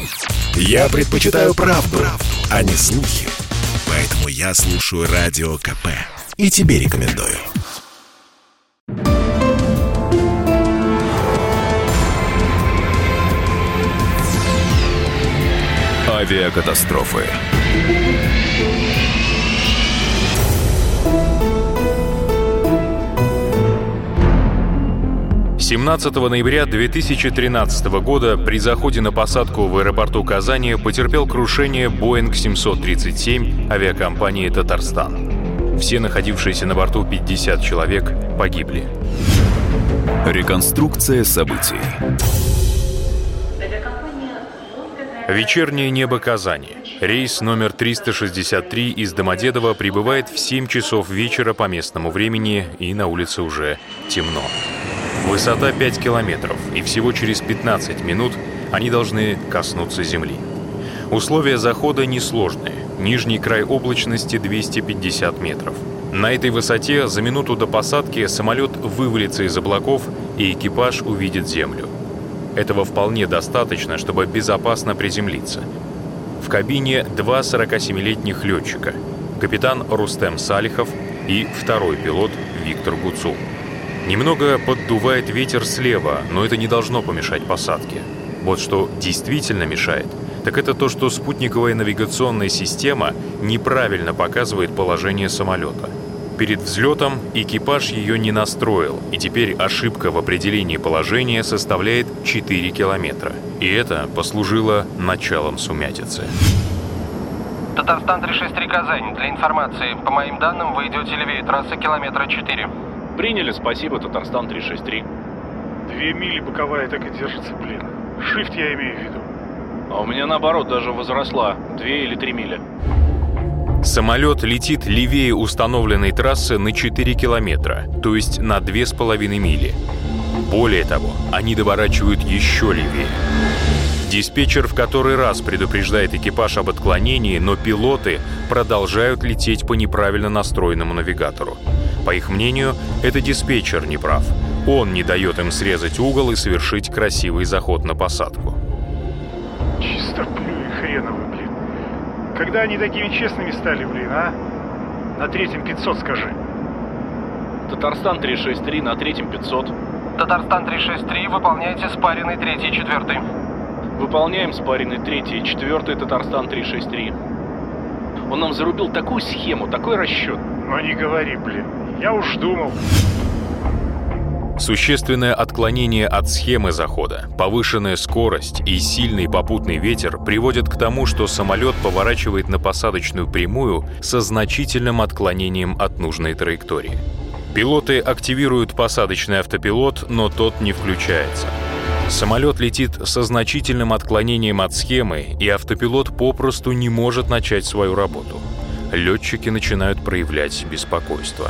Я предпочитаю правду, а не слухи. Поэтому я слушаю Радио КП. И тебе рекомендую. Авиакатастрофы. 17 ноября 2013 года при заходе на посадку в аэропорту Казани потерпел крушение Boeing 737 авиакомпании «Татарстан». Все находившиеся на борту 50 человек погибли. Реконструкция событий. Вечернее небо Казани. Рейс номер 363 из Домодедово прибывает в 7 часов вечера по местному времени, и на улице уже темно. Высота 5 километров, и всего через 15 минут они должны коснуться земли. Условия захода несложные. Нижний край облачности 250 метров. На этой высоте за минуту до посадки самолет вывалится из облаков, и экипаж увидит землю. Этого вполне достаточно, чтобы безопасно приземлиться. В кабине 2 47-летних летчика. Капитан Рустем Салихов и второй пилот Виктор Гуцул. Немного поддувает ветер слева, но это не должно помешать посадке. Вот что действительно мешает, так это то, что спутниковая навигационная система неправильно показывает положение самолета. Перед взлетом экипаж ее не настроил, и теперь ошибка в определении положения составляет 4 километра. И это послужило началом сумятицы. Татарстан 363 Казань. Для информации, по моим данным, вы идете левее трассы километра 4. Приняли, спасибо, Татарстан 363. 2 мили боковая так и держится, блин. Шифт я имею в виду. А у меня наоборот даже возросла. 2 или 3 мили. Самолет летит левее установленной трассы на 4 километра, то есть на 2,5 мили. Более того, они доворачивают еще левее. Диспетчер в который раз предупреждает экипаж об отклонении, но пилоты продолжают лететь по неправильно настроенному навигатору. По их мнению, это диспетчер не прав. Он не дает им срезать угол и совершить красивый заход на посадку. Чистоплюй хреновы, блин. Когда они такими честными стали, блин, а? На 3-м 500 скажи. Татарстан 363 на 3-м 500. Татарстан 363, выполняйте спаренный 3 и 4. Выполняем спаренный 3 и 4 Татарстан 363. Он нам зарубил такую схему, такой расчет. Ну не говори, блин. Я уж думал. Существенное отклонение от схемы захода, повышенная скорость и сильный попутный ветер приводят к тому, что самолет поворачивает на посадочную прямую со значительным отклонением от нужной траектории. Пилоты активируют посадочный автопилот, но тот не включается. Самолет летит со значительным отклонением от схемы, и автопилот попросту не может начать свою работу. Летчики начинают проявлять беспокойство.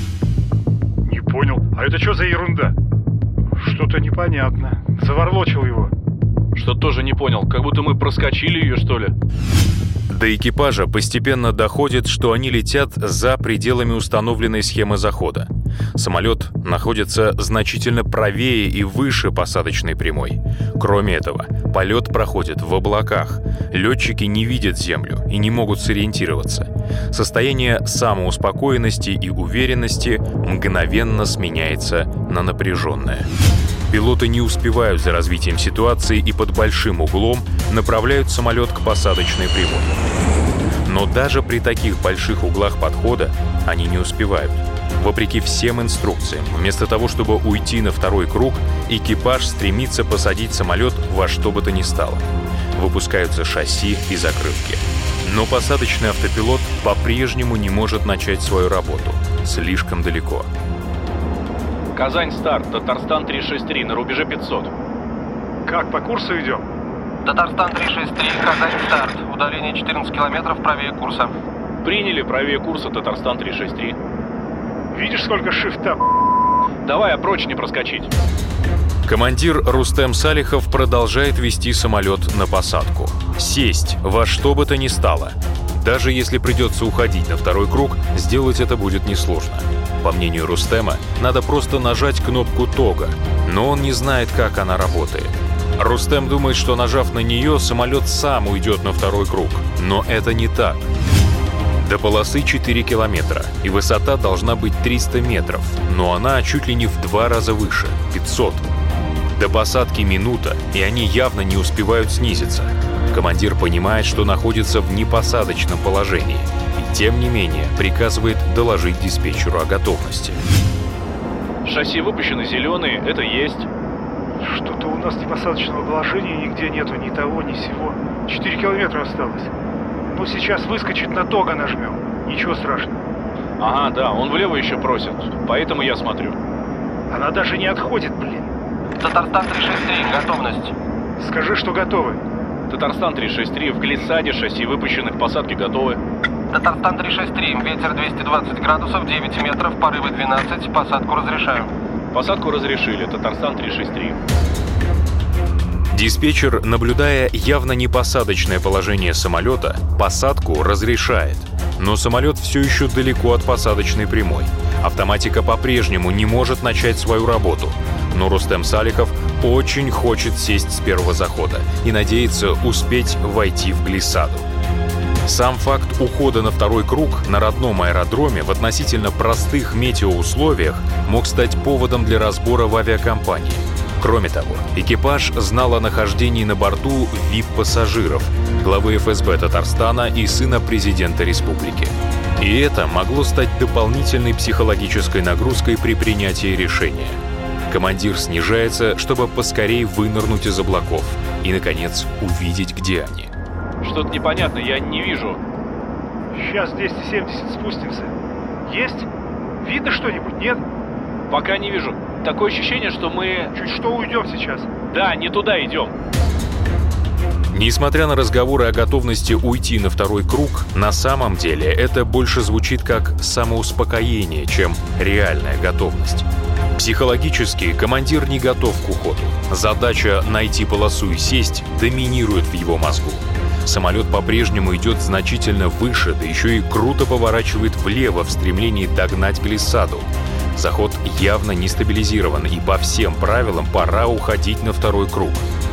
Не понял. А это что за ерунда? Что-то непонятно. Заварлочил его. Что тоже не понял. Как будто мы проскочили ее, что ли? До экипажа постепенно доходит, что они летят за пределами установленной схемы захода. Самолет находится значительно правее и выше посадочной прямой. Кроме этого, полет проходит в облаках. Летчики не видят землю и не могут сориентироваться. Состояние самоуспокоенности и уверенности мгновенно сменяется на напряженное. Пилоты не успевают за развитием ситуации и под большим углом направляют самолет к посадочной прямой. Но даже при таких больших углах подхода они не успевают. Вопреки всем инструкциям, вместо того, чтобы уйти на второй круг, экипаж стремится посадить самолет во что бы то ни стало. Выпускаются шасси и закрылки. Но посадочный автопилот по-прежнему не может начать свою работу. Слишком далеко. Казань старт, Татарстан 363 на рубеже 500. Как, по курсу идем? Татарстан 363, Казань старт. Удаление 14 километров правее курса. Приняли, правее курса Татарстан 363. Видишь, сколько шифта? Давай, а прочь не проскочить. Командир Рустем Салихов продолжает вести самолет на посадку. Сесть во что бы то ни стало. Даже если придется уходить на второй круг, сделать это будет несложно. По мнению Рустема, надо просто нажать кнопку тога, но он не знает, как она работает. Рустем думает, что, нажав на нее, самолет сам уйдет на второй круг. Но это не так. До полосы 4 километра, и высота должна быть 300 метров, но она чуть ли не в 2 раза выше — 500. До посадки минута, и они явно не успевают снизиться. Командир понимает, что находится в непосадочном положении, и тем не менее приказывает доложить диспетчеру о готовности. Шасси выпущены зеленые, это есть. Что-то у нас непосадочного положения нигде нету ни того, ни сего. 4 километра осталось. Ну, сейчас выскочит, на тога нажмем. Ничего страшного. Ага, да, он влево еще просит, поэтому я смотрю. Она даже не отходит, блин. Татарстан 363, готовность. Скажи, что готовы. Татарстан 363, в глиссаде, шасси выпущены, к посадке готовы. Татарстан 363, ветер 220 градусов, 9 метров, порывы 12, посадку разрешаю. Посадку разрешили, Татарстан 363. Диспетчер, наблюдая явно непосадочное положение самолета, посадку разрешает. Но самолет все еще далеко от посадочной прямой. Автоматика по-прежнему не может начать свою работу. Но Рустем Салихов очень хочет сесть с первого захода и надеется успеть войти в глиссаду. Сам факт ухода на второй круг на родном аэродроме в относительно простых метеоусловиях мог стать поводом для разбора в авиакомпании. Кроме того, экипаж знал о нахождении на борту VIP-пассажиров, главы ФСБ Татарстана и сына президента республики. И это могло стать дополнительной психологической нагрузкой при принятии решения. Командир снижается, чтобы поскорее вынырнуть из облаков и, наконец, увидеть, где они. Что-то непонятно, я не вижу. Сейчас 270 спустимся. Есть? Видно что-нибудь, нет? Пока не вижу. Такое ощущение, что мы... Чуть что уйдем сейчас. Да, не туда идем. Несмотря на разговоры о готовности уйти на второй круг, на самом деле это больше звучит как самоуспокоение, чем реальная готовность. Психологически командир не готов к уходу. Задача найти полосу и сесть доминирует в его мозгу. Самолет по-прежнему идет значительно выше, да еще и круто поворачивает влево в стремлении догнать глиссаду. Заход явно не стабилизирован, и по всем правилам пора уходить на второй круг.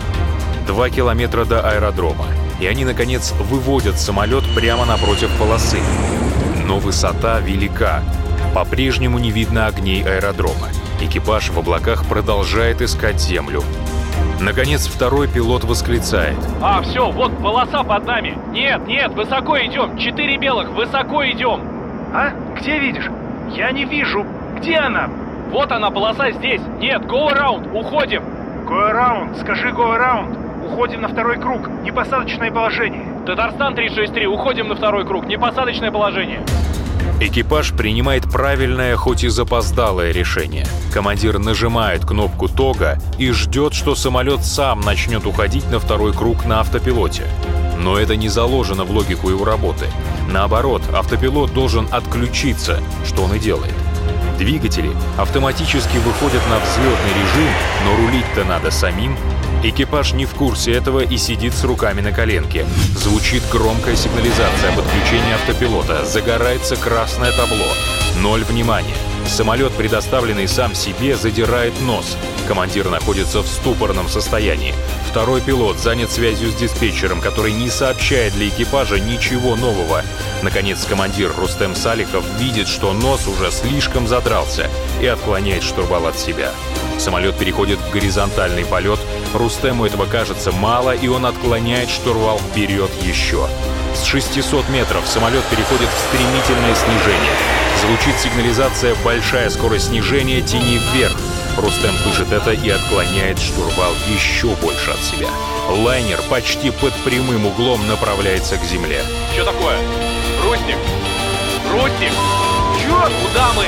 2 километра до аэродрома, и они, наконец, выводят самолет прямо напротив полосы. Но высота велика. По-прежнему не видно огней аэродрома. Экипаж в облаках продолжает искать землю. Наконец, второй пилот восклицает. Все, вот полоса под нами. Нет, высоко идем. 4 белых, высоко идем. А? Где видишь? Я не вижу. Где она? Вот она, полоса здесь. Нет, go around, уходим. Go around, скажи go around. Уходим на второй круг, непосадочное положение. Татарстан 363, уходим на второй круг, непосадочное положение. Экипаж принимает правильное, хоть и запоздалое решение. Командир нажимает кнопку тога и ждет, что самолет сам начнет уходить на второй круг на автопилоте. Но это не заложено в логику его работы. Наоборот, автопилот должен отключиться, что он и делает. Двигатели автоматически выходят на взлетный режим, но рулить-то надо самим. Экипаж не в курсе этого и сидит с руками на коленке. Звучит громкая сигнализация об отключении автопилота. Загорается красное табло. 0 внимания. Самолет, предоставленный сам себе, задирает нос. Командир находится в ступорном состоянии. Второй пилот занят связью с диспетчером, который не сообщает для экипажа ничего нового. Наконец, командир Рустем Салихов видит, что нос уже слишком задрался и отклоняет штурвал от себя. Самолет переходит в горизонтальный полет. Рустему этого кажется мало, и он отклоняет штурвал вперед еще. С 600 метров самолет переходит в стремительное снижение. Звучит сигнализация «Большая скорость снижения, тяни вверх». Рустем слышит это и отклоняет штурвал еще больше от себя. Лайнер почти под прямым углом направляется к земле. Что такое? Рустик! Рустик! Чё? Куда мы?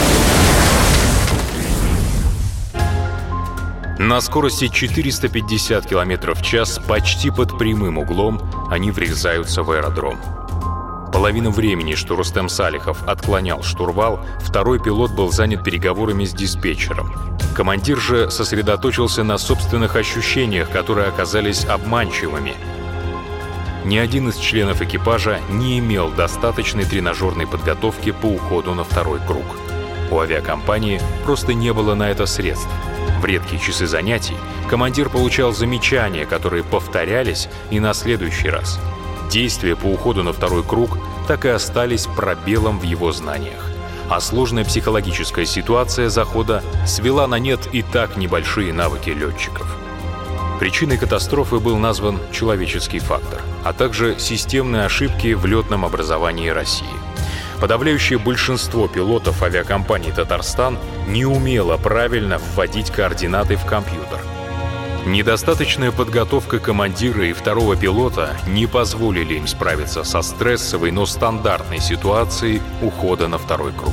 На скорости 450 км в час, почти под прямым углом, они врезаются в аэродром. Половину времени, что Рустем Салихов отклонял штурвал, второй пилот был занят переговорами с диспетчером. Командир же сосредоточился на собственных ощущениях, которые оказались обманчивыми. Ни один из членов экипажа не имел достаточной тренажерной подготовки по уходу на второй круг. У авиакомпании просто не было на это средств. В редкие часы занятий командир получал замечания, которые повторялись и на следующий раз. Действия по уходу на второй круг так и остались пробелом в его знаниях. А сложная психологическая ситуация захода свела на нет и так небольшие навыки летчиков. Причиной катастрофы был назван человеческий фактор, а также системные ошибки в летном образовании России. Подавляющее большинство пилотов авиакомпании «Татарстан» не умело правильно вводить координаты в компьютер. Недостаточная подготовка командира и второго пилота не позволили им справиться со стрессовой, но стандартной ситуацией ухода на второй круг.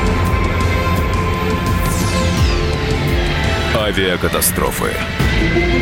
Авиакатастрофы.